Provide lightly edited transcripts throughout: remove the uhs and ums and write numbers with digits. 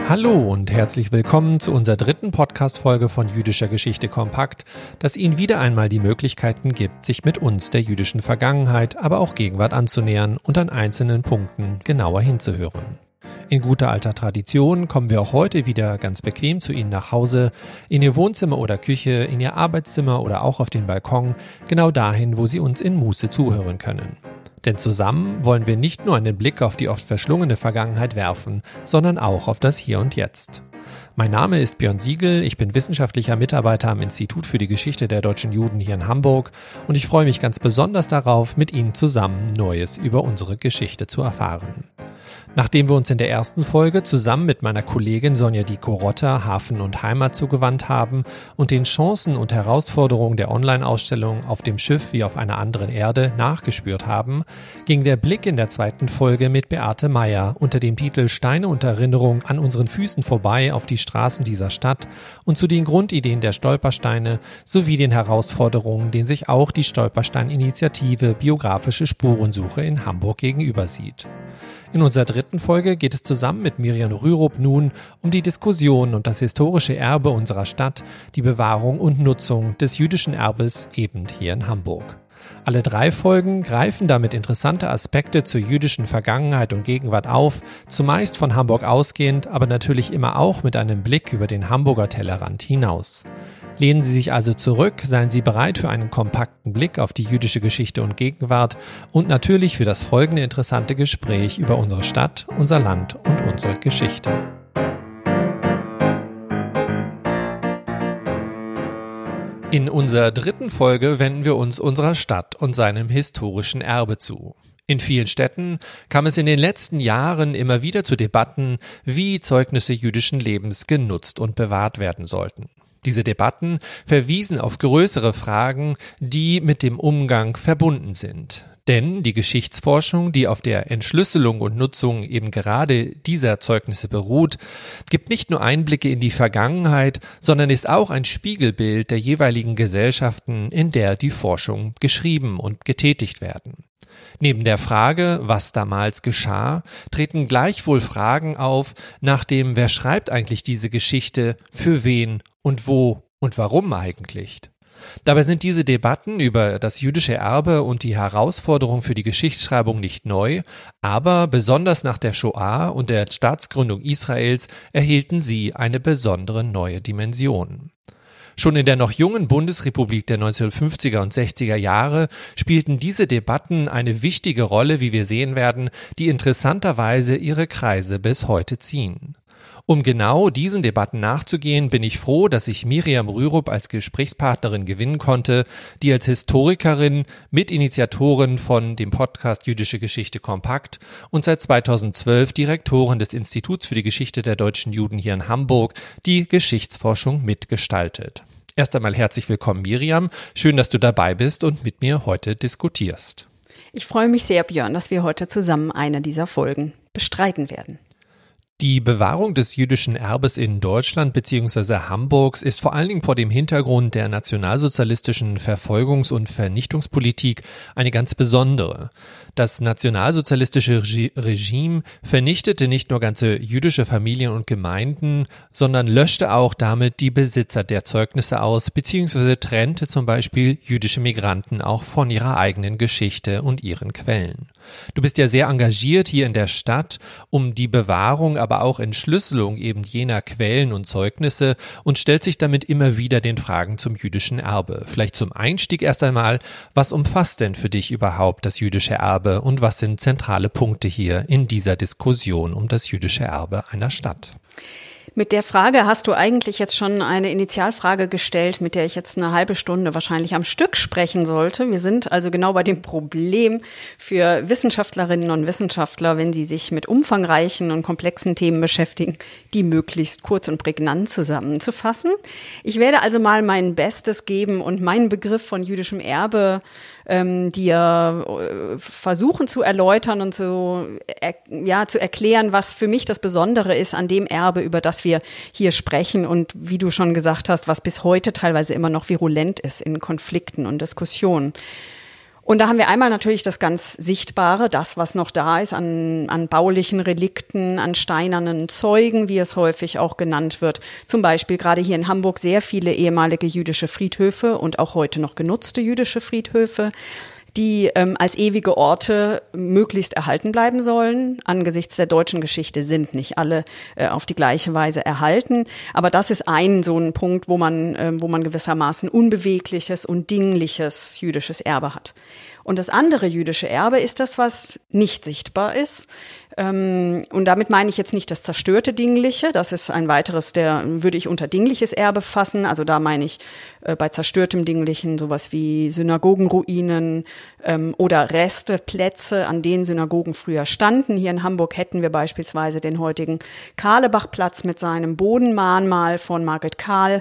Hallo und herzlich willkommen zu unserer dritten Podcast-Folge von Jüdischer Geschichte kompakt, das Ihnen wieder einmal die Möglichkeiten gibt, sich mit uns der jüdischen Vergangenheit, aber auch Gegenwart anzunähern und an einzelnen Punkten genauer hinzuhören. In guter alter Tradition kommen wir auch heute wieder ganz bequem zu Ihnen nach Hause, in Ihr Wohnzimmer oder Küche, in Ihr Arbeitszimmer oder auch auf den Balkon, genau dahin, wo Sie uns in Muße zuhören können. Denn zusammen wollen wir nicht nur einen Blick auf die oft verschlungene Vergangenheit werfen, sondern auch auf das Hier und Jetzt. Mein Name ist Björn Siegel, ich bin wissenschaftlicher Mitarbeiter am Institut für die Geschichte der deutschen Juden hier in Hamburg und ich freue mich ganz besonders darauf, mit Ihnen zusammen Neues über unsere Geschichte zu erfahren. Nachdem wir uns in der ersten Folge zusammen mit meiner Kollegin Sonja Diko-Rotter Hafen und Heimat zugewandt haben und den Chancen und Herausforderungen der Online-Ausstellung Auf dem Schiff wie auf einer anderen Erde nachgespürt haben, ging der Blick in der zweiten Folge mit Beate Meyer unter dem Titel Steine und Erinnerung an unseren Füßen vorbei auf die Straßen dieser Stadt und zu den Grundideen der Stolpersteine sowie den Herausforderungen, denen sich auch die Stolperstein-Initiative Biografische Spurensuche in Hamburg gegenüber sieht. In unserer dritten Folge geht es zusammen mit Miriam Rürup nun um die Diskussion und das historische Erbe unserer Stadt, die Bewahrung und Nutzung des jüdischen Erbes eben hier in Hamburg. Alle 3 Folgen greifen damit interessante Aspekte zur jüdischen Vergangenheit und Gegenwart auf, zumeist von Hamburg ausgehend, aber natürlich immer auch mit einem Blick über den Hamburger Tellerrand hinaus. Lehnen Sie sich also zurück, seien Sie bereit für einen kompakten Blick auf die jüdische Geschichte und Gegenwart und natürlich für das folgende interessante Gespräch über unsere Stadt, unser Land und unsere Geschichte. In unserer dritten Folge wenden wir uns unserer Stadt und seinem historischen Erbe zu. In vielen Städten kam es in den letzten Jahren immer wieder zu Debatten, wie Zeugnisse jüdischen Lebens genutzt und bewahrt werden sollten. Diese Debatten verwiesen auf größere Fragen, die mit dem Umgang verbunden sind. Denn die Geschichtsforschung, die auf der Entschlüsselung und Nutzung eben gerade dieser Zeugnisse beruht, gibt nicht nur Einblicke in die Vergangenheit, sondern ist auch ein Spiegelbild der jeweiligen Gesellschaften, in der die Forschung geschrieben und getätigt werden. Neben der Frage, was damals geschah, treten gleichwohl Fragen auf nach dem, wer schreibt eigentlich diese Geschichte, für wen und wo und warum eigentlich. Dabei sind diese Debatten über das jüdische Erbe und die Herausforderung für die Geschichtsschreibung nicht neu, aber besonders nach der Shoah und der Staatsgründung Israels erhielten sie eine besondere neue Dimension. Schon in der noch jungen Bundesrepublik der 1950er und 60er Jahre spielten diese Debatten eine wichtige Rolle, wie wir sehen werden, die interessanterweise ihre Kreise bis heute ziehen. Um genau diesen Debatten nachzugehen, bin ich froh, dass ich Miriam Rürup als Gesprächspartnerin gewinnen konnte, die als Historikerin, Mitinitiatorin von dem Podcast Jüdische Geschichte kompakt und seit 2012 Direktorin des Instituts für die Geschichte der deutschen Juden hier in Hamburg die Geschichtsforschung mitgestaltet. Erst einmal herzlich willkommen, Miriam. Schön, dass du dabei bist und mit mir heute diskutierst. Ich freue mich sehr, Björn, dass wir heute zusammen eine dieser Folgen bestreiten werden. Die Bewahrung des jüdischen Erbes in Deutschland bzw. Hamburgs ist vor allen Dingen vor dem Hintergrund der nationalsozialistischen Verfolgungs- und Vernichtungspolitik eine ganz besondere. Das nationalsozialistische Regime vernichtete nicht nur ganze jüdische Familien und Gemeinden, sondern löschte auch damit die Besitzer der Zeugnisse aus bzw. trennte zum Beispiel jüdische Migranten auch von ihrer eigenen Geschichte und ihren Quellen. Du bist ja sehr engagiert hier in der Stadt, um die Bewahrung, aber auch Entschlüsselung eben jener Quellen und Zeugnisse und stellt sich damit immer wieder den Fragen zum jüdischen Erbe. Vielleicht zum Einstieg erst einmal, was umfasst denn für dich überhaupt das jüdische Erbe und was sind zentrale Punkte hier in dieser Diskussion um das jüdische Erbe einer Stadt? Mit der Frage hast du eigentlich jetzt schon eine Initialfrage gestellt, mit der ich jetzt eine halbe Stunde wahrscheinlich am Stück sprechen sollte. Wir sind also genau bei dem Problem für Wissenschaftlerinnen und Wissenschaftler, wenn sie sich mit umfangreichen und komplexen Themen beschäftigen, die möglichst kurz und prägnant zusammenzufassen. Ich werde also mal mein Bestes geben und meinen Begriff von jüdischem Erbe dir versuchen zu erläutern und zu erklären, was für mich das Besondere ist an dem Erbe, über das wir hier sprechen und wie du schon gesagt hast, was bis heute teilweise immer noch virulent ist in Konflikten und Diskussionen. Und da haben wir einmal natürlich das ganz Sichtbare, das, was noch da ist an baulichen Relikten, an steinernen Zeugen, wie es häufig auch genannt wird. Zum Beispiel gerade hier in Hamburg sehr viele ehemalige jüdische Friedhöfe und auch heute noch genutzte jüdische Friedhöfe, die als ewige Orte möglichst erhalten bleiben sollen. Angesichts der deutschen Geschichte sind nicht alle auf die gleiche Weise erhalten. Aber das ist so ein Punkt, wo man gewissermaßen unbewegliches und dingliches jüdisches Erbe hat. Und das andere jüdische Erbe ist das, was nicht sichtbar ist. Und damit meine ich jetzt nicht das zerstörte Dingliche. Das ist ein weiteres, würde ich unter dingliches Erbe fassen. Also da meine ich bei zerstörtem Dinglichen sowas wie Synagogenruinen oder Resteplätze, an denen Synagogen früher standen. Hier in Hamburg hätten wir beispielsweise den heutigen Kahlebachplatz mit seinem Bodenmahnmal von Margret Kahl.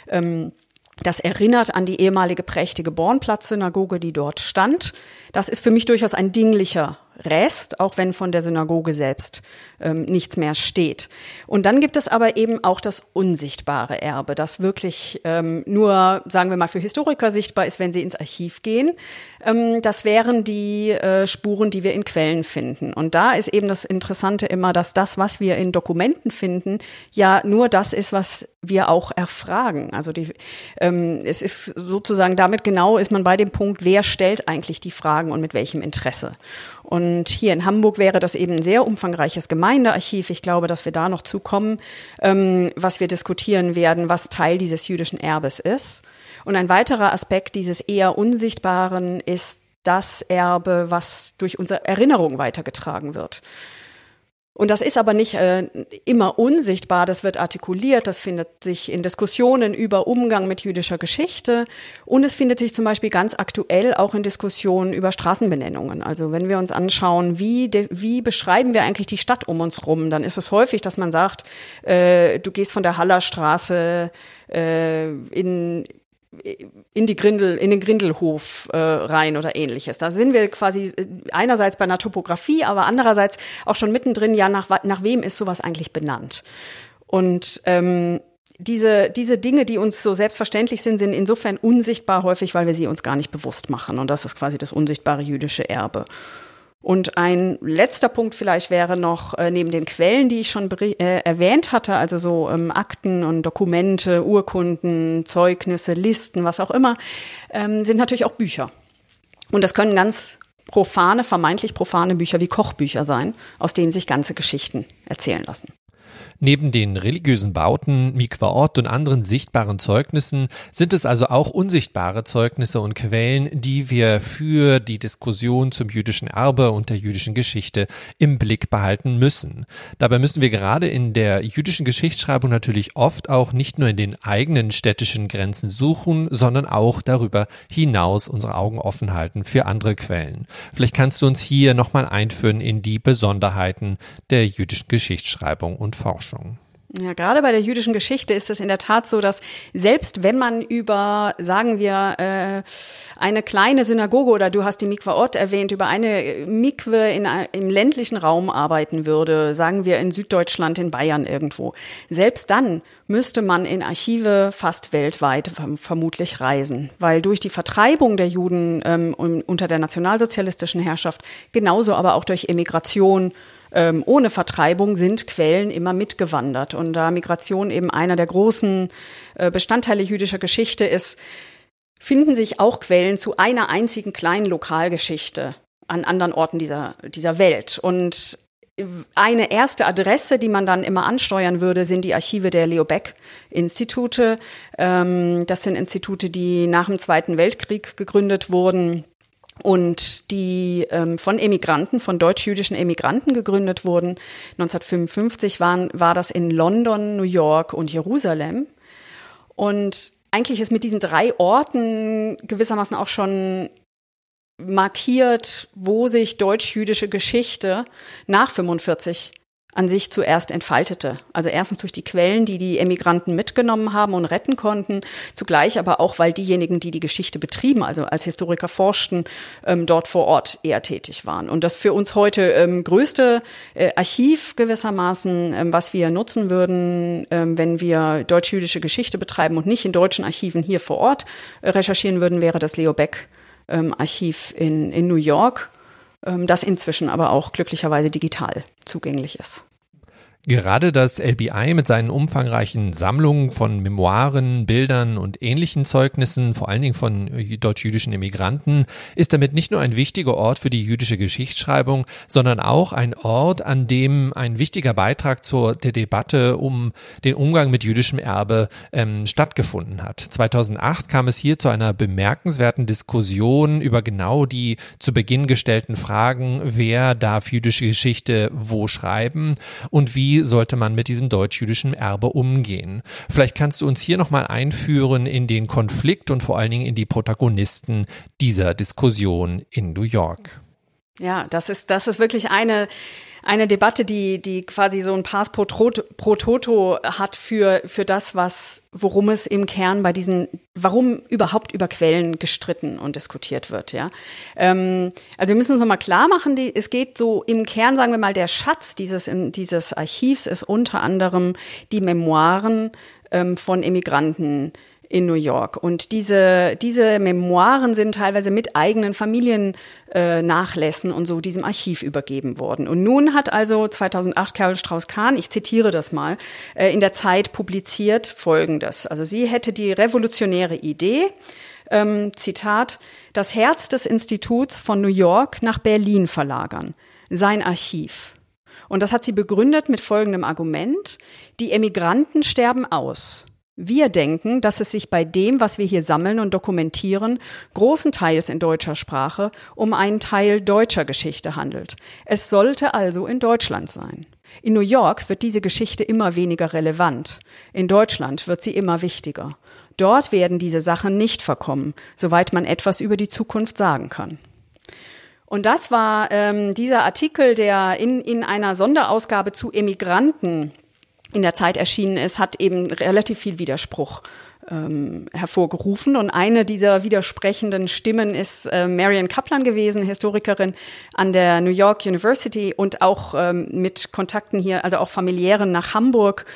Das erinnert an die ehemalige prächtige Bornplatz-Synagoge, die dort stand. Das ist für mich durchaus ein dinglicher Rest, auch wenn von der Synagoge selbst nichts mehr steht. Und dann gibt es aber eben auch das unsichtbare Erbe, das wirklich nur, sagen wir mal, für Historiker sichtbar ist, wenn sie ins Archiv gehen. Das wären die Spuren, die wir in Quellen finden. Und da ist eben das Interessante immer, dass das, was wir in Dokumenten finden, ja nur das ist, was wir auch erfragen. Also es ist sozusagen damit genau ist man bei dem Punkt, wer stellt eigentlich die Fragen und mit welchem Interesse. Und hier in Hamburg wäre das eben ein sehr umfangreiches Gemeindearchiv. Ich glaube, dass wir da noch zukommen, was wir diskutieren werden, was Teil dieses jüdischen Erbes ist. Und ein weiterer Aspekt dieses eher Unsichtbaren ist das Erbe, was durch unsere Erinnerung weitergetragen wird. Und das ist aber nicht immer unsichtbar, das wird artikuliert, das findet sich in Diskussionen über Umgang mit jüdischer Geschichte und es findet sich zum Beispiel ganz aktuell auch in Diskussionen über Straßenbenennungen. Also wenn wir uns anschauen, wie beschreiben wir eigentlich die Stadt um uns rum, dann ist es häufig, dass man sagt, du gehst von der Hallerstraße in den Grindelhof rein oder ähnliches. Da sind wir quasi einerseits bei einer Topografie, aber andererseits auch schon mittendrin, ja, nach wem ist sowas eigentlich benannt? Und diese Dinge, die uns so selbstverständlich sind insofern unsichtbar häufig, weil wir sie uns gar nicht bewusst machen. Und das ist quasi das unsichtbare jüdische Erbe. Und ein letzter Punkt vielleicht wäre noch, neben den Quellen, die ich schon erwähnt hatte, also so Akten und Dokumente, Urkunden, Zeugnisse, Listen, was auch immer, sind natürlich auch Bücher. Und das können ganz vermeintlich profane Bücher wie Kochbücher sein, aus denen sich ganze Geschichten erzählen lassen. Neben den religiösen Bauten, Mikvaot und anderen sichtbaren Zeugnissen sind es also auch unsichtbare Zeugnisse und Quellen, die wir für die Diskussion zum jüdischen Erbe und der jüdischen Geschichte im Blick behalten müssen. Dabei müssen wir gerade in der jüdischen Geschichtsschreibung natürlich oft auch nicht nur in den eigenen städtischen Grenzen suchen, sondern auch darüber hinaus unsere Augen offen halten für andere Quellen. Vielleicht kannst du uns hier nochmal einführen in die Besonderheiten der jüdischen Geschichtsschreibung und Forschung. Ja, gerade bei der jüdischen Geschichte ist es in der Tat so, dass selbst wenn man über, sagen wir, eine kleine Synagoge oder du hast die Mikvaot erwähnt, über eine Mikwe im ländlichen Raum arbeiten würde, sagen wir in Süddeutschland, in Bayern irgendwo, selbst dann müsste man in Archive fast weltweit vermutlich reisen, weil durch die Vertreibung der Juden unter der nationalsozialistischen Herrschaft, genauso aber auch durch Emigration, ohne Vertreibung sind Quellen immer mitgewandert. Und da Migration eben einer der großen Bestandteile jüdischer Geschichte ist, finden sich auch Quellen zu einer einzigen kleinen Lokalgeschichte an anderen Orten dieser Welt. Und eine erste Adresse, die man dann immer ansteuern würde, sind die Archive der Leo Baeck-Institute. Das sind Institute, die nach dem Zweiten Weltkrieg gegründet wurden und die von Emigranten, von deutsch-jüdischen Emigranten gegründet wurden. 1955 war das in London, New York und Jerusalem. Und eigentlich ist mit diesen 3 Orten gewissermaßen auch schon markiert, wo sich deutsch-jüdische Geschichte nach 1945 an sich zuerst entfaltete. Also erstens durch die Quellen, die die Emigranten mitgenommen haben und retten konnten, zugleich aber auch, weil diejenigen, die die Geschichte betrieben, also als Historiker forschten, dort vor Ort eher tätig waren. Und das für uns heute größte Archiv gewissermaßen, was wir nutzen würden, wenn wir deutsch-jüdische Geschichte betreiben und nicht in deutschen Archiven hier vor Ort recherchieren würden, wäre das Leo Baeck Archiv in New York, das inzwischen aber auch glücklicherweise digital zugänglich ist. Gerade das LBI mit seinen umfangreichen Sammlungen von Memoiren, Bildern und ähnlichen Zeugnissen, vor allen Dingen von deutsch-jüdischen Immigranten, ist damit nicht nur ein wichtiger Ort für die jüdische Geschichtsschreibung, sondern auch ein Ort, an dem ein wichtiger Beitrag der Debatte um den Umgang mit jüdischem Erbe stattgefunden hat. 2008 kam es hier zu einer bemerkenswerten Diskussion über genau die zu Beginn gestellten Fragen, wer darf jüdische Geschichte wo schreiben und wie sollte man mit diesem deutsch-jüdischen Erbe umgehen. Vielleicht kannst du uns hier nochmal einführen in den Konflikt und vor allen Dingen in die Protagonisten dieser Diskussion in New York. Ja, das ist wirklich eine Debatte, die quasi so ein Pass pro Toto hat für das, worum es im Kern warum überhaupt über Quellen gestritten und diskutiert wird, ja. Also wir müssen uns nochmal klar machen, es geht so im Kern, sagen wir mal, der Schatz dieses Archivs ist unter anderem die Memoiren von Immigranten in New York. Und diese Memoiren sind teilweise mit eigenen Familiennachlässen und so diesem Archiv übergeben worden. Und nun hat also 2008 Carol Strauss-Kahn, ich zitiere das mal, in der Zeit publiziert Folgendes. Also sie hätte die revolutionäre Idee, Zitat, das Herz des Instituts von New York nach Berlin verlagern, sein Archiv. Und das hat sie begründet mit folgendem Argument, die Emigranten sterben aus. Wir denken, dass es sich bei dem, was wir hier sammeln und dokumentieren, großenteils in deutscher Sprache, um einen Teil deutscher Geschichte handelt. Es sollte also in Deutschland sein. In New York wird diese Geschichte immer weniger relevant. In Deutschland wird sie immer wichtiger. Dort werden diese Sachen nicht verkommen, soweit man etwas über die Zukunft sagen kann. Und das war dieser Artikel, der in einer Sonderausgabe zu Emigranten in der Zeit erschienen ist, hat eben relativ viel Widerspruch hervorgerufen. Und eine dieser widersprechenden Stimmen ist Marian Kaplan gewesen, Historikerin an der New York University und auch mit Kontakten hier, also auch familiären nach Hamburg.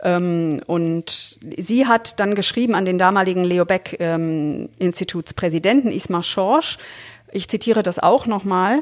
Und sie hat dann geschrieben an den damaligen Leo Baeck Institutspräsidenten Ismar Schorsch, ich zitiere das auch nochmal,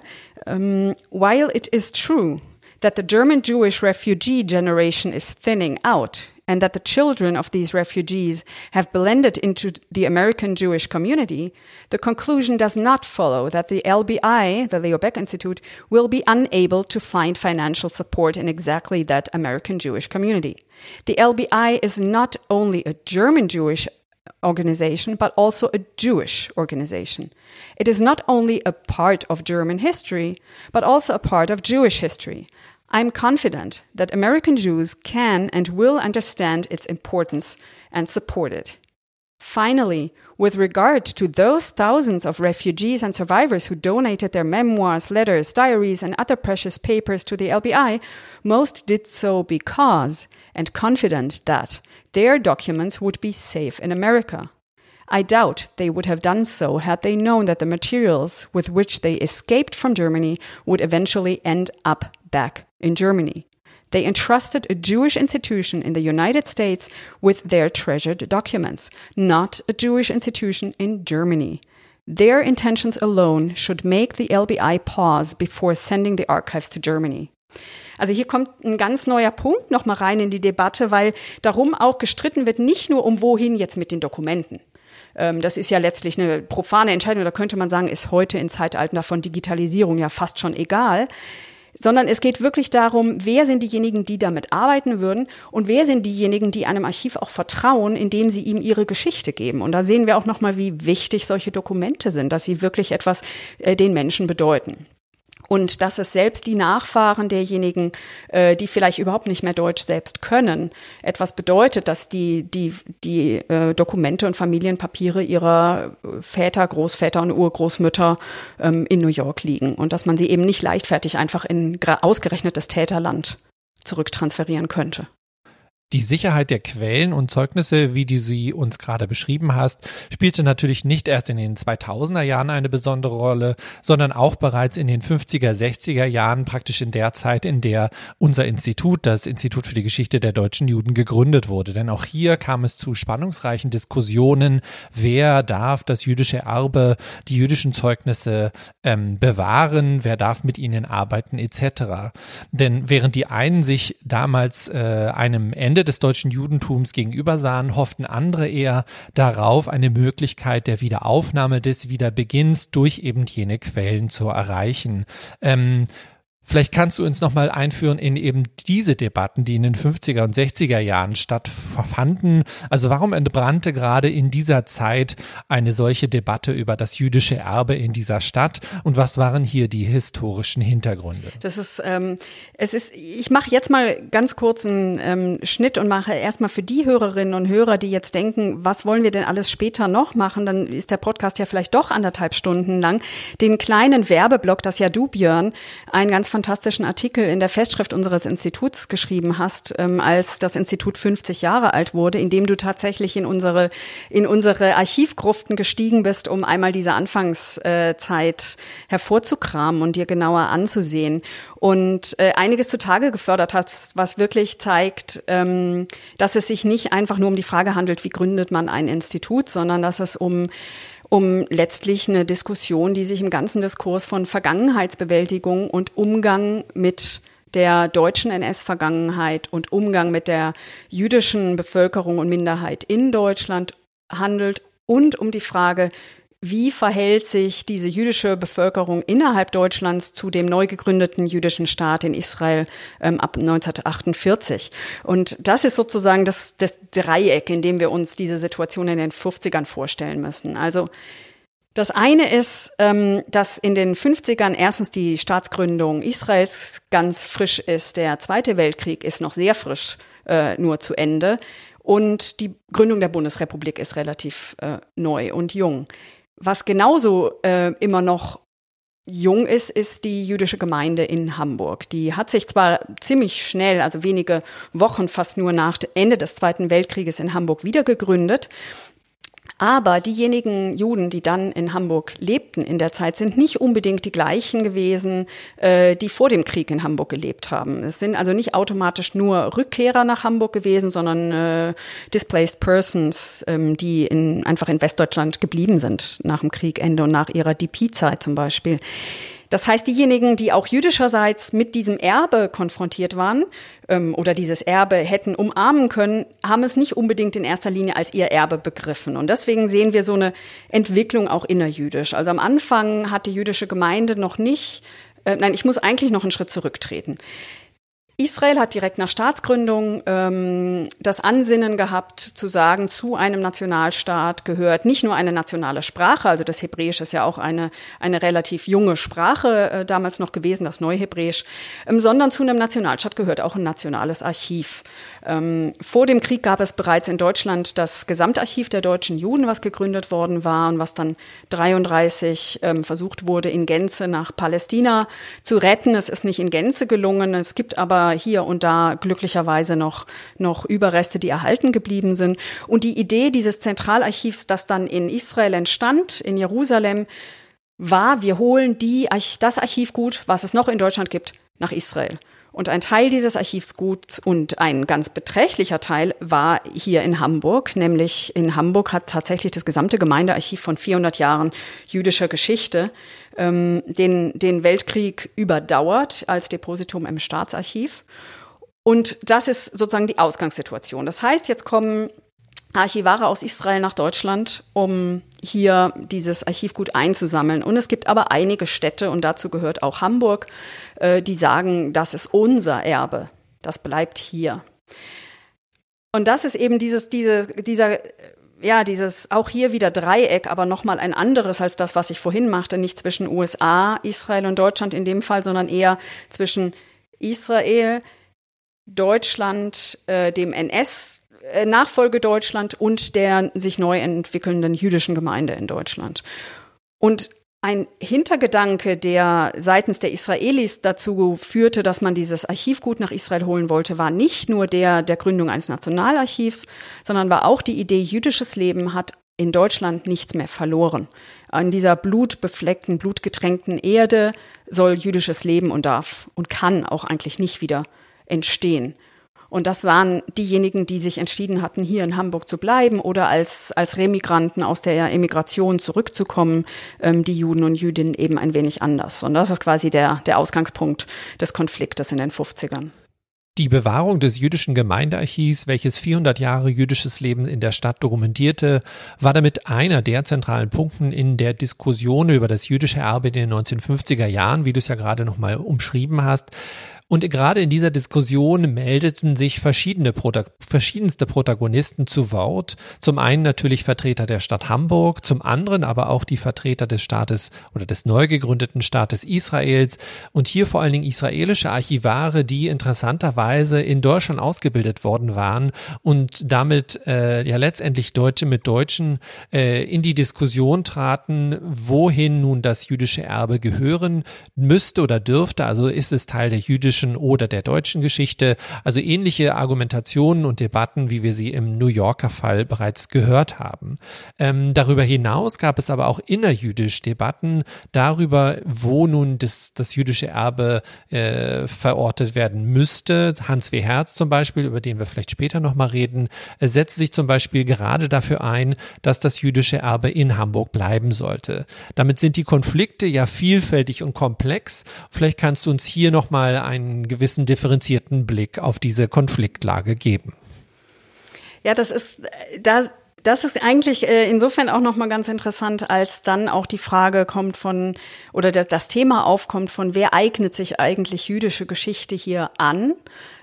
while it is true that the German Jewish refugee generation is thinning out and that the children of these refugees have blended into the American Jewish community, the conclusion does not follow that the LBI, the Leo Baeck Institute, will be unable to find financial support in exactly that American Jewish community. The LBI is not only a German Jewish organization, but also a Jewish organization. It is not only a part of German history, but also a part of Jewish history. I'm confident that American Jews can and will understand its importance and support it. Finally, with regard to those thousands of refugees and survivors who donated their memoirs, letters, diaries, and other precious papers to the LBI, most did so because, and confident that, their documents would be safe in America. I doubt they would have done so had they known that the materials with which they escaped from Germany would eventually end up back in Germany. They entrusted a Jewish institution in the United States with their treasured documents, not a Jewish institution in Germany. Their intentions alone should make the LBI pause before sending the archives to Germany. Also hier kommt ein ganz neuer Punkt noch mal rein in die Debatte, weil darum auch gestritten wird, nicht nur um wohin jetzt mit den Dokumenten. Das ist ja letztlich eine profane Entscheidung, da könnte man sagen, ist heute im Zeitalter von Digitalisierung ja fast schon egal. Sondern es geht wirklich darum, wer sind diejenigen, die damit arbeiten würden und wer sind diejenigen, die einem Archiv auch vertrauen, indem sie ihm ihre Geschichte geben. Und da sehen wir auch nochmal, wie wichtig solche Dokumente sind, dass sie wirklich etwas den Menschen bedeuten. Und dass es selbst die Nachfahren derjenigen, die vielleicht überhaupt nicht mehr Deutsch selbst können, etwas bedeutet, dass die Dokumente und Familienpapiere ihrer Väter, Großväter und Urgroßmütter in New York liegen und dass man sie eben nicht leichtfertig einfach in ausgerechnet das Täterland zurücktransferieren könnte. Die Sicherheit der Quellen und Zeugnisse, wie du sie uns gerade beschrieben hast, spielte natürlich nicht erst in den 2000er Jahren eine besondere Rolle, sondern auch bereits in den 50er, 60er Jahren, praktisch in der Zeit, in der unser Institut, das Institut für die Geschichte der deutschen Juden, gegründet wurde. Denn auch hier kam es zu spannungsreichen Diskussionen, wer darf das jüdische Erbe, die jüdischen Zeugnisse bewahren, wer darf mit ihnen arbeiten etc. Denn während die einen sich damals einem Ende des deutschen Judentums gegenüber sahen, hofften andere eher darauf, eine Möglichkeit der Wiederaufnahme des Wiederbeginns durch eben jene Quellen zu erreichen. Vielleicht kannst du uns nochmal einführen in eben diese Debatten, die in den 50er und 60er Jahren stattfanden. Also warum entbrannte gerade in dieser Zeit eine solche Debatte über das jüdische Erbe in dieser Stadt und was waren hier die historischen Hintergründe? Ich mache jetzt mal ganz kurz einen Schnitt und mache erstmal für die Hörerinnen und Hörer, die jetzt denken, was wollen wir denn alles später noch machen, dann ist der Podcast ja vielleicht doch 1,5 Stunden lang, den kleinen Werbeblock, das ja du, Björn, einen ganz fantastischen Artikel in der Festschrift unseres Instituts geschrieben hast, als das Institut 50 Jahre alt wurde, in dem du tatsächlich in unsere Archivgruften gestiegen bist, um einmal diese Anfangszeit hervorzukramen und dir genauer anzusehen. Und einiges zutage gefördert hast, was wirklich zeigt, dass es sich nicht einfach nur um die Frage handelt, wie gründet man ein Institut, sondern dass es um letztlich eine Diskussion, die sich im ganzen Diskurs von Vergangenheitsbewältigung und Umgang mit der deutschen NS-Vergangenheit und Umgang mit der jüdischen Bevölkerung und Minderheit in Deutschland handelt und um die Frage, wie verhält sich diese jüdische Bevölkerung innerhalb Deutschlands zu dem neu gegründeten jüdischen Staat in Israel ab 1948? Und das ist sozusagen das Dreieck, in dem wir uns diese Situation in den 50ern vorstellen müssen. Also das eine ist, dass in den 50ern erstens die Staatsgründung Israels ganz frisch ist. Der Zweite Weltkrieg ist noch sehr frisch nur zu Ende. Und die Gründung der Bundesrepublik ist relativ neu und jung. Was genauso immer noch jung ist, ist die jüdische Gemeinde in Hamburg. Die hat sich zwar ziemlich schnell, also wenige Wochen fast nur nach Ende des Zweiten Weltkrieges in Hamburg wieder gegründet. Aber diejenigen Juden, die dann in Hamburg lebten in der Zeit, sind nicht unbedingt die gleichen gewesen, die vor dem Krieg in Hamburg gelebt haben. Es sind also nicht automatisch nur Rückkehrer nach Hamburg gewesen, sondern displaced persons, die einfach in Westdeutschland geblieben sind nach dem Kriegende und nach ihrer DP-Zeit zum Beispiel. Das heißt, diejenigen, die auch jüdischerseits mit diesem Erbe konfrontiert waren oder dieses Erbe hätten umarmen können, haben es nicht unbedingt in erster Linie als ihr Erbe begriffen. Und deswegen sehen wir so eine Entwicklung auch innerjüdisch. Also am Anfang hat die jüdische Gemeinde noch nicht, ich muss eigentlich noch einen Schritt zurücktreten. Israel hat direkt nach Staatsgründung das Ansinnen gehabt, zu sagen, zu einem Nationalstaat gehört nicht nur eine nationale Sprache, also das Hebräisch ist ja auch eine relativ junge Sprache damals noch gewesen, das Neuhebräisch, sondern zu einem Nationalstaat gehört auch ein nationales Archiv. Vor dem Krieg gab es bereits in Deutschland das Gesamtarchiv der deutschen Juden, was gegründet worden war und was dann 1933 versucht wurde, in Gänze nach Palästina zu retten. Es ist nicht in Gänze gelungen, es gibt aber hier und da glücklicherweise noch Überreste, die erhalten geblieben sind. Und die Idee dieses Zentralarchivs, das dann in Israel entstand, in Jerusalem, war, wir holen das Archivgut, was es noch in Deutschland gibt, nach Israel. Und ein Teil dieses Archivsguts und ein ganz beträchtlicher Teil war hier in Hamburg, nämlich in Hamburg hat tatsächlich das gesamte Gemeindearchiv von 400 Jahren jüdischer Geschichte den Weltkrieg überdauert als Depositum im Staatsarchiv. Und das ist sozusagen die Ausgangssituation. Das heißt, jetzt kommen Archivare aus Israel nach Deutschland, um hier dieses Archivgut einzusammeln. Und es gibt aber einige Städte, und dazu gehört auch Hamburg, die sagen, das ist unser Erbe, das bleibt hier. Und das ist eben dieses auch hier wieder Dreieck, aber nochmal ein anderes als das, was ich vorhin machte, nicht zwischen USA, Israel und Deutschland in dem Fall, sondern eher zwischen Israel, Deutschland, dem NS-Nachfolge Deutschland und der sich neu entwickelnden jüdischen Gemeinde in Deutschland. Und Ein Hintergedanke, der seitens der Israelis dazu führte, dass man dieses Archivgut nach Israel holen wollte, war nicht nur der Gründung eines Nationalarchivs, sondern war auch die Idee, jüdisches Leben hat in Deutschland nichts mehr verloren. An dieser blutbefleckten, blutgetränkten Erde soll jüdisches Leben und darf und kann auch eigentlich nicht wieder entstehen. Und das sahen diejenigen, die sich entschieden hatten, hier in Hamburg zu bleiben oder als Remigranten aus der Emigration zurückzukommen, die Juden und Jüdinnen eben ein wenig anders. Und das ist quasi der Ausgangspunkt des Konfliktes in den 50ern. Die Bewahrung des jüdischen Gemeindearchivs, welches 400 Jahre jüdisches Leben in der Stadt dokumentierte, war damit einer der zentralen Punkten in der Diskussion über das jüdische Erbe in den 1950er Jahren, wie du es ja gerade nochmal umschrieben hast. Und gerade in dieser Diskussion meldeten sich verschiedenste Protagonisten zu Wort. Zum einen natürlich Vertreter der Stadt Hamburg, zum anderen aber auch die Vertreter des Staates oder des neu gegründeten Staates Israels und hier vor allen Dingen israelische Archivare, die interessanterweise in Deutschland ausgebildet worden waren und damit letztendlich Deutsche mit Deutschen in die Diskussion traten, wohin nun das jüdische Erbe gehören müsste oder dürfte. Also ist es Teil der jüdischen oder der deutschen Geschichte, also ähnliche Argumentationen und Debatten, wie wir sie im New Yorker Fall bereits gehört haben. Darüber hinaus gab es aber auch innerjüdisch Debatten darüber, wo nun das jüdische Erbe verortet werden müsste. Hans W. Herz zum Beispiel, über den wir vielleicht später nochmal reden, setzt sich zum Beispiel gerade dafür ein, dass das jüdische Erbe in Hamburg bleiben sollte. Damit sind die Konflikte ja vielfältig und komplex. Vielleicht kannst du uns hier nochmal einen gewissen differenzierten Blick auf diese Konfliktlage geben. Ja, das ist eigentlich insofern auch nochmal ganz interessant, als dann auch die Frage kommt oder das Thema aufkommt von, wer eignet sich eigentlich jüdische Geschichte hier an?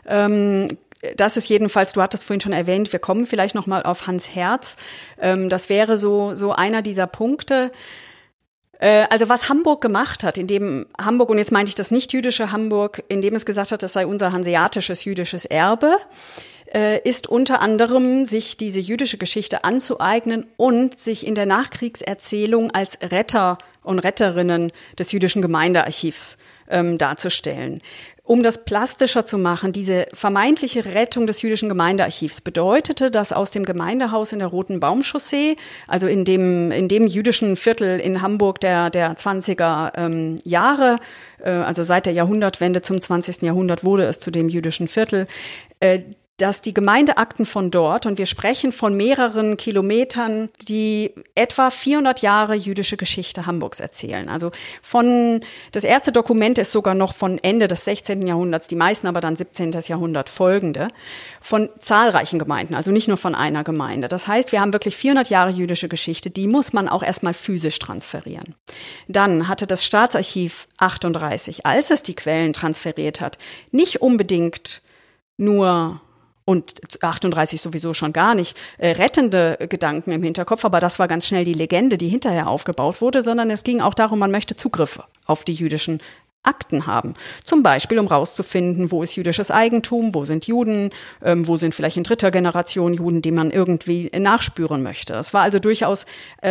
Das ist jedenfalls, du hattest vorhin schon erwähnt, wir kommen vielleicht nochmal auf Hans Herz. Das wäre so einer dieser Punkte. Also was Hamburg gemacht hat, indem Hamburg, und jetzt meinte ich das nicht jüdische Hamburg, indem es gesagt hat, das sei unser hanseatisches jüdisches Erbe, ist unter anderem, sich diese jüdische Geschichte anzueignen und sich in der Nachkriegserzählung als Retter und Retterinnen des jüdischen Gemeindearchivs darzustellen. Um das plastischer zu machen, diese vermeintliche Rettung des jüdischen Gemeindearchivs bedeutete, dass aus dem Gemeindehaus in der Roten Baumchaussee, also in dem jüdischen Viertel in Hamburg der 20er Jahre, also seit der Jahrhundertwende zum 20. Jahrhundert wurde es zu dem jüdischen Viertel, dass die Gemeindeakten von dort, und wir sprechen von mehreren Kilometern, die etwa 400 Jahre jüdische Geschichte Hamburgs erzählen. Also das erste Dokument ist sogar noch von Ende des 16. Jahrhunderts, die meisten aber dann 17. Jahrhundert folgende, von zahlreichen Gemeinden, also nicht nur von einer Gemeinde. Das heißt, wir haben wirklich 400 Jahre jüdische Geschichte, die muss man auch erstmal physisch transferieren. Dann hatte das Staatsarchiv 38, als es die Quellen transferiert hat, nicht unbedingt nur, und 38 sowieso schon gar nicht, rettende Gedanken im Hinterkopf, aber das war ganz schnell die Legende, die hinterher aufgebaut wurde, sondern es ging auch darum, man möchte Zugriff auf die jüdischen Akten haben. Zum Beispiel, um rauszufinden, wo ist jüdisches Eigentum, wo sind Juden, wo sind vielleicht in dritter Generation Juden, die man irgendwie nachspüren möchte. Das war also durchaus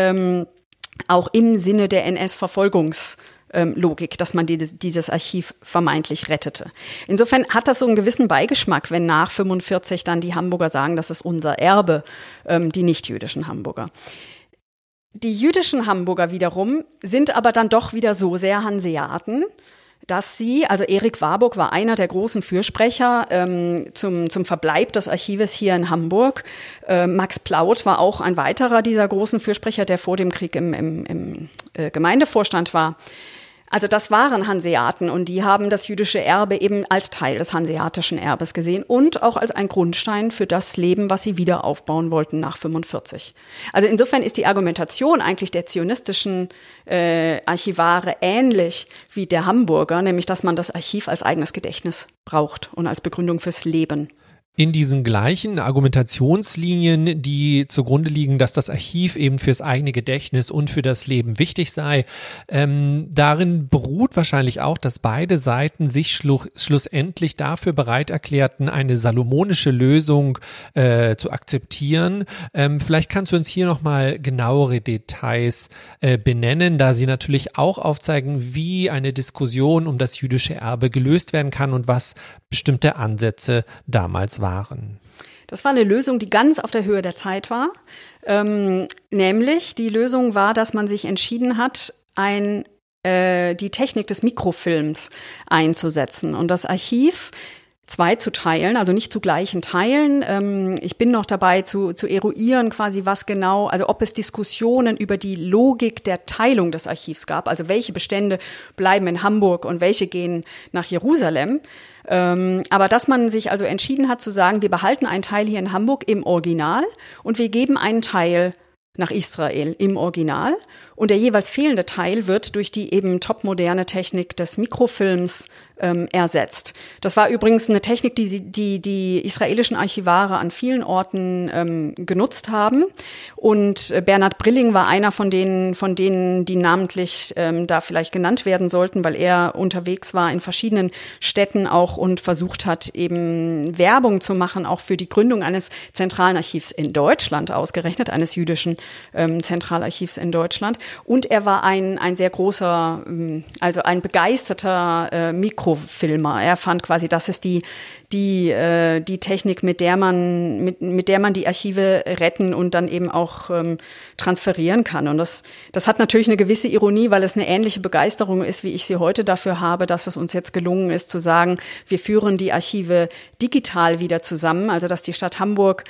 auch im Sinne der NS-Verfolgungslogik, dass man dieses Archiv vermeintlich rettete. Insofern hat das so einen gewissen Beigeschmack, wenn nach 45 dann die Hamburger sagen, das ist unser Erbe, die nicht-jüdischen Hamburger. Die jüdischen Hamburger wiederum sind aber dann doch wieder so sehr Hanseaten, dass also Erik Warburg war einer der großen Fürsprecher zum Verbleib des Archives hier in Hamburg. Max Plaut war auch ein weiterer dieser großen Fürsprecher, der vor dem Krieg im Gemeindevorstand war. Also das waren Hanseaten und die haben das jüdische Erbe eben als Teil des hanseatischen Erbes gesehen und auch als ein Grundstein für das Leben, was sie wieder aufbauen wollten nach 45. Also insofern ist die Argumentation eigentlich der zionistischen Archivare ähnlich wie der Hamburger, nämlich dass man das Archiv als eigenes Gedächtnis braucht und als Begründung fürs Leben. In diesen gleichen Argumentationslinien, die zugrunde liegen, dass das Archiv eben fürs eigene Gedächtnis und für das Leben wichtig sei, darin beruht wahrscheinlich auch, dass beide Seiten sich schlussendlich dafür bereit erklärten, eine salomonische Lösung zu akzeptieren. Vielleicht kannst du uns hier nochmal genauere Details benennen, da sie natürlich auch aufzeigen, wie eine Diskussion um das jüdische Erbe gelöst werden kann und was bestimmte Ansätze damals waren. Das war eine Lösung, die ganz auf der Höhe der Zeit war. Nämlich die Lösung war, dass man sich entschieden hat, die Technik des Mikrofilms einzusetzen und das Archiv 2 zu teilen, also nicht zu gleichen Teilen. Ich bin noch dabei zu eruieren quasi, was genau, also ob es Diskussionen über die Logik der Teilung des Archivs gab, also welche Bestände bleiben in Hamburg und welche gehen nach Jerusalem. Aber dass man sich also entschieden hat zu sagen, wir behalten einen Teil hier in Hamburg im Original und wir geben einen Teil nach Israel im Original. Und der jeweils fehlende Teil wird durch die eben topmoderne Technik des Mikrofilms ersetzt. Das war übrigens eine Technik, die israelischen Archivare an vielen Orten genutzt haben. Und Bernhard Brilling war einer von denen, die namentlich da vielleicht genannt werden sollten, weil er unterwegs war in verschiedenen Städten auch und versucht hat, eben Werbung zu machen, auch für die Gründung eines zentralen Archivs in Deutschland, ausgerechnet eines jüdischen Zentralarchivs in Deutschland. Und er war ein sehr großer, also ein begeisterter Mikrofilmer. Er fand quasi, das ist die Technik, mit der man die Archive retten und dann eben auch transferieren kann. Und das hat natürlich eine gewisse Ironie, weil es eine ähnliche Begeisterung ist, wie ich sie heute dafür habe, dass es uns jetzt gelungen ist zu sagen, wir führen die Archive digital wieder zusammen. Also dass die Stadt Hamburg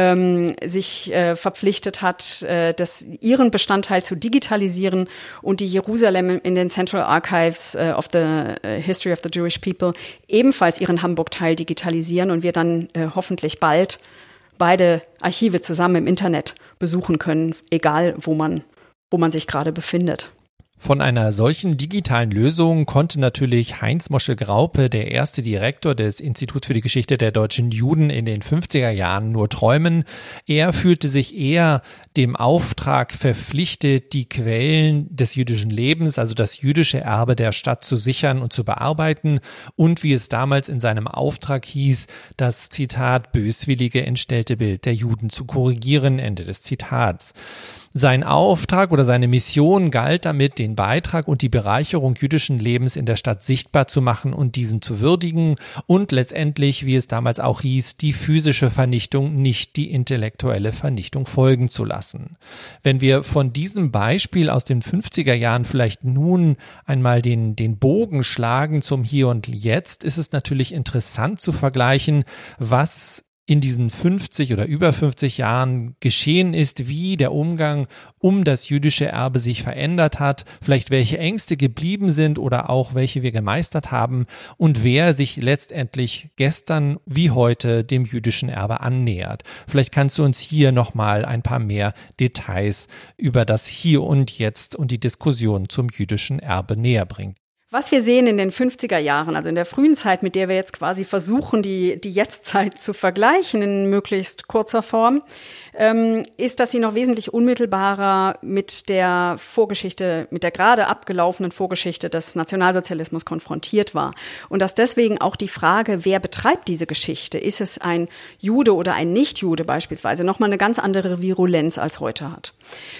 sich verpflichtet hat, ihren Bestandteil zu digitalisieren und die Jerusalem in den Central Archives of the History of the Jewish People ebenfalls ihren Hamburg-Teil digitalisieren und wir dann hoffentlich bald beide Archive zusammen im Internet besuchen können, egal wo man sich gerade befindet. Von einer solchen digitalen Lösung konnte natürlich Heinz Moschel-Graupe, der erste Direktor des Instituts für die Geschichte der deutschen Juden in den 50er Jahren, nur träumen. Er fühlte sich eher dem Auftrag verpflichtet, die Quellen des jüdischen Lebens, also das jüdische Erbe der Stadt zu sichern und zu bearbeiten und, wie es damals in seinem Auftrag hieß, das Zitat böswillige entstellte Bild der Juden zu korrigieren, Ende des Zitats. Sein Auftrag oder seine Mission galt damit, den Beitrag und die Bereicherung jüdischen Lebens in der Stadt sichtbar zu machen und diesen zu würdigen und letztendlich, wie es damals auch hieß, die physische Vernichtung, nicht die intellektuelle Vernichtung folgen zu lassen. Wenn wir von diesem Beispiel aus den 50er Jahren vielleicht nun einmal den Bogen schlagen zum Hier und Jetzt, ist es natürlich interessant zu vergleichen, was in diesen 50 oder über 50 Jahren geschehen ist, wie der Umgang um das jüdische Erbe sich verändert hat, vielleicht welche Ängste geblieben sind oder auch welche wir gemeistert haben und wer sich letztendlich gestern wie heute dem jüdischen Erbe annähert. Vielleicht kannst du uns hier nochmal ein paar mehr Details über das Hier und Jetzt und die Diskussion zum jüdischen Erbe näher bringen. Was wir sehen in den 50er Jahren, also in der frühen Zeit, mit der wir jetzt quasi versuchen, die Jetztzeit zu vergleichen in möglichst kurzer Form, ist, dass sie noch wesentlich unmittelbarer mit der Vorgeschichte, mit der gerade abgelaufenen Vorgeschichte des Nationalsozialismus konfrontiert war. Und dass deswegen auch die Frage, wer betreibt diese Geschichte, ist es ein Jude oder ein Nicht-Jude beispielsweise, nochmal eine ganz andere Virulenz als heute hat.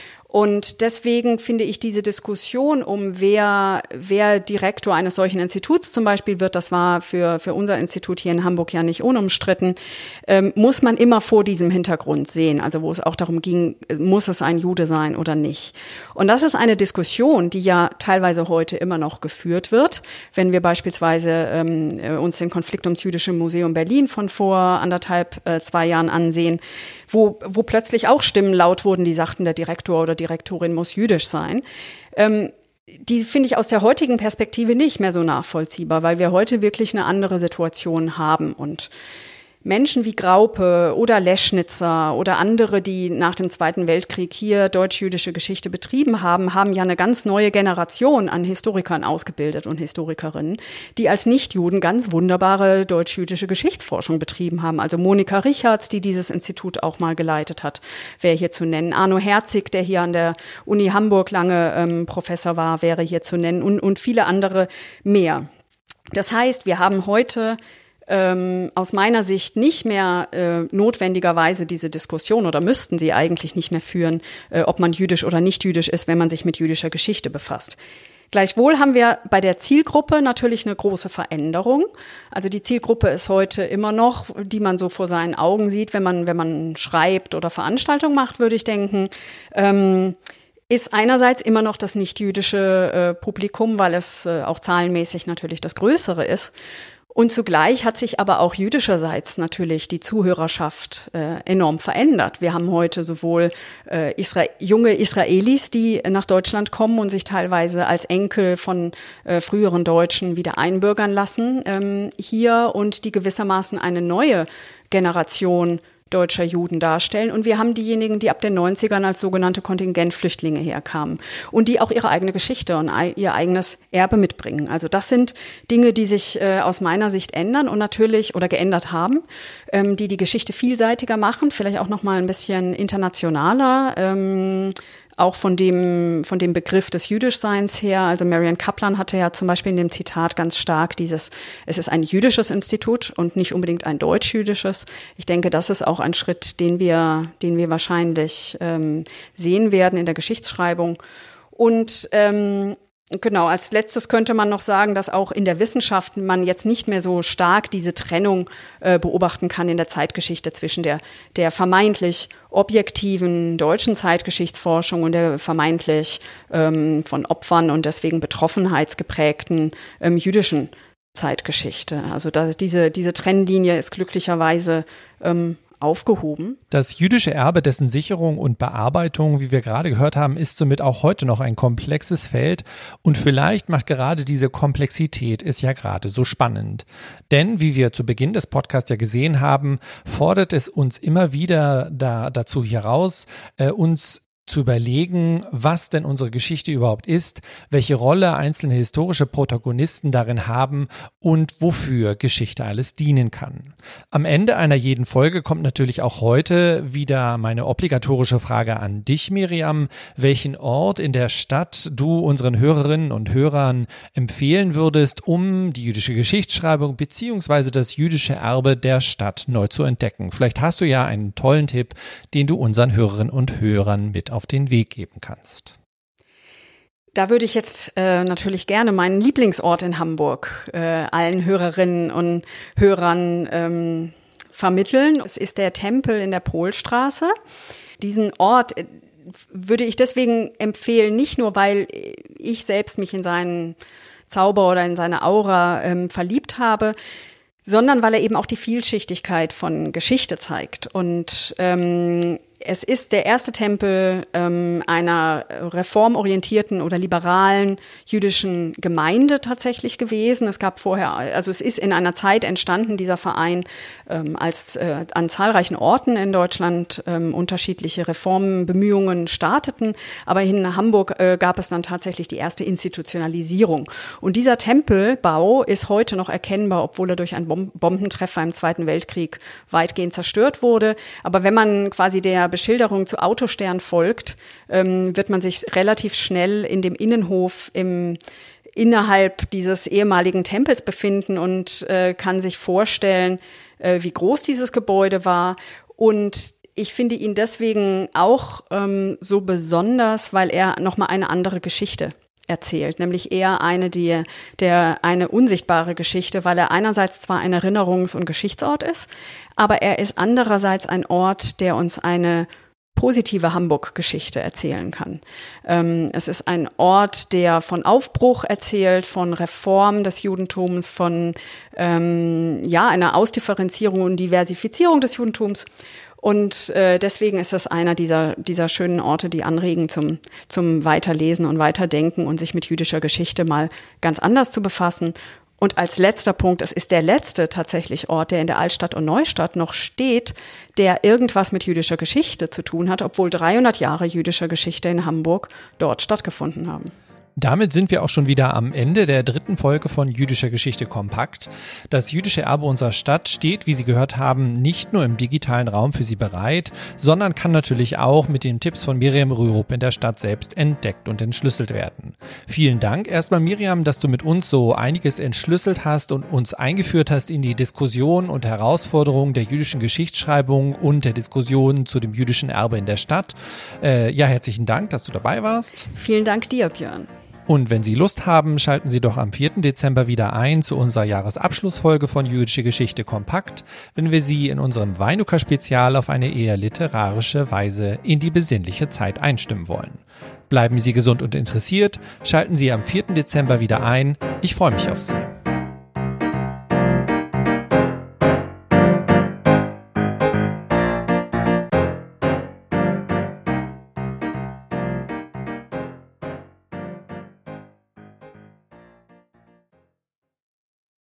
Und deswegen finde ich diese Diskussion um wer Direktor eines solchen Instituts zum Beispiel wird, das war für unser Institut hier in Hamburg ja nicht unumstritten, muss man immer vor diesem Hintergrund sehen. Also wo es auch darum ging, muss es ein Jude sein oder nicht. Und das ist eine Diskussion, die ja teilweise heute immer noch geführt wird. Wenn wir beispielsweise uns den Konflikt ums Jüdische Museum Berlin von vor 2 Jahren ansehen, wo plötzlich auch Stimmen laut wurden, die sagten, der Direktor oder Direktorin muss jüdisch sein. Die finde ich aus der heutigen Perspektive nicht mehr so nachvollziehbar, weil wir heute wirklich eine andere Situation haben. Und Menschen wie Graupe oder Leschnitzer oder andere, die nach dem Zweiten Weltkrieg hier deutsch-jüdische Geschichte betrieben haben, haben ja eine ganz neue Generation an Historikern ausgebildet und Historikerinnen, die als Nichtjuden ganz wunderbare deutsch-jüdische Geschichtsforschung betrieben haben. Also Monika Richards, die dieses Institut auch mal geleitet hat, wäre hier zu nennen. Arno Herzig, der hier an der Uni Hamburg lange Professor war, wäre hier zu nennen und viele andere mehr. Das heißt, wir haben heute aus meiner Sicht nicht mehr notwendigerweise diese Diskussion oder müssten sie eigentlich nicht mehr führen, ob man jüdisch oder nicht jüdisch ist, wenn man sich mit jüdischer Geschichte befasst. Gleichwohl haben wir bei der Zielgruppe natürlich eine große Veränderung. Also die Zielgruppe ist heute immer noch, die man so vor seinen Augen sieht, wenn man schreibt oder Veranstaltungen macht, würde ich denken, ist einerseits immer noch das nicht-jüdische Publikum, weil es auch zahlenmäßig natürlich das Größere ist. Und zugleich hat sich aber auch jüdischerseits natürlich die Zuhörerschaft enorm verändert. Wir haben heute sowohl junge Israelis, die nach Deutschland kommen und sich teilweise als Enkel von früheren Deutschen wieder einbürgern lassen hier und die gewissermaßen eine neue Generation deutscher Juden darstellen. Und wir haben diejenigen, die ab den 90ern als sogenannte Kontingentflüchtlinge herkamen und die auch ihre eigene Geschichte und ihr eigenes Erbe mitbringen. Also das sind Dinge, die sich aus meiner Sicht ändern und natürlich oder geändert haben, die Geschichte vielseitiger machen, vielleicht auch noch mal ein bisschen internationaler, auch von dem Begriff des Jüdischseins her. Also Marian Kaplan hatte ja zum Beispiel in dem Zitat ganz stark es ist ein jüdisches Institut und nicht unbedingt ein deutsch-jüdisches. Ich denke, das ist auch ein Schritt, den wir wahrscheinlich sehen werden in der Geschichtsschreibung. Und genau, als letztes könnte man noch sagen, dass auch in der Wissenschaft man jetzt nicht mehr so stark diese Trennung beobachten kann in der Zeitgeschichte zwischen der vermeintlich objektiven deutschen Zeitgeschichtsforschung und der vermeintlich von Opfern und deswegen betroffenheitsgeprägten jüdischen Zeitgeschichte. Also diese Trennlinie ist glücklicherweise aufgehoben. Das jüdische Erbe, dessen Sicherung und Bearbeitung, wie wir gerade gehört haben, ist somit auch heute noch ein komplexes Feld und vielleicht macht gerade diese Komplexität es ja gerade so spannend. Denn, wie wir zu Beginn des Podcasts ja gesehen haben, fordert es uns immer wieder dazu heraus, uns zu überlegen, was denn unsere Geschichte überhaupt ist, welche Rolle einzelne historische Protagonisten darin haben und wofür Geschichte alles dienen kann. Am Ende einer jeden Folge kommt natürlich auch heute wieder meine obligatorische Frage an dich, Miriam, welchen Ort in der Stadt du unseren Hörerinnen und Hörern empfehlen würdest, um die jüdische Geschichtsschreibung bzw. das jüdische Erbe der Stadt neu zu entdecken. Vielleicht hast du ja einen tollen Tipp, den du unseren Hörerinnen und Hörern mit auf den Weg geben kannst. Da würde ich jetzt natürlich gerne meinen Lieblingsort in Hamburg allen Hörerinnen und Hörern vermitteln. Es ist der Tempel in der Pohlstraße. Diesen Ort würde ich deswegen empfehlen, nicht nur, weil ich selbst mich in seinen Zauber oder in seine Aura verliebt habe, sondern weil er eben auch die Vielschichtigkeit von Geschichte zeigt. Und es ist der erste Tempel einer reformorientierten oder liberalen jüdischen Gemeinde tatsächlich gewesen. Es gab vorher, also es ist in einer Zeit entstanden, dieser Verein, als an zahlreichen Orten in Deutschland unterschiedliche Reformbemühungen starteten. Aber in Hamburg gab es dann tatsächlich die erste Institutionalisierung. Und dieser Tempelbau ist heute noch erkennbar, obwohl er durch einen Bombentreffer im Zweiten Weltkrieg weitgehend zerstört wurde. Aber wenn man quasi der Beschilderung zu Autostern folgt, wird man sich relativ schnell in dem Innenhof innerhalb dieses ehemaligen Tempels befinden und kann sich vorstellen, wie groß dieses Gebäude war. Und ich finde ihn deswegen auch so besonders, weil er nochmal eine andere Geschichte erzählt, nämlich eher eine unsichtbare Geschichte, weil er einerseits zwar ein Erinnerungs- und Geschichtsort ist, aber er ist andererseits ein Ort, der uns eine positive Hamburg-Geschichte erzählen kann. Es ist ein Ort, der von Aufbruch erzählt, von Reform des Judentums, von einer Ausdifferenzierung und Diversifizierung des Judentums. Und deswegen ist das einer dieser schönen Orte, die anregen zum Weiterlesen und Weiterdenken und sich mit jüdischer Geschichte mal ganz anders zu befassen. Und als letzter Punkt, es ist der letzte tatsächlich Ort, der in der Altstadt und Neustadt noch steht, der irgendwas mit jüdischer Geschichte zu tun hat, obwohl 300 Jahre jüdischer Geschichte in Hamburg dort stattgefunden haben. Damit sind wir auch schon wieder am Ende der 3. Folge von Jüdischer Geschichte kompakt. Das jüdische Erbe unserer Stadt steht, wie Sie gehört haben, nicht nur im digitalen Raum für Sie bereit, sondern kann natürlich auch mit den Tipps von Miriam Rürup in der Stadt selbst entdeckt und entschlüsselt werden. Vielen Dank erstmal, Miriam, dass du mit uns so einiges entschlüsselt hast und uns eingeführt hast in die Diskussion und Herausforderungen der jüdischen Geschichtsschreibung und der Diskussion zu dem jüdischen Erbe in der Stadt. Herzlichen Dank, dass du dabei warst. Vielen Dank dir, Björn. Und wenn Sie Lust haben, schalten Sie doch am 4. Dezember wieder ein zu unserer Jahresabschlussfolge von Jüdische Geschichte kompakt, wenn wir Sie in unserem Weinuka-Spezial auf eine eher literarische Weise in die besinnliche Zeit einstimmen wollen. Bleiben Sie gesund und interessiert, schalten Sie am 4. Dezember wieder ein. Ich freue mich auf Sie.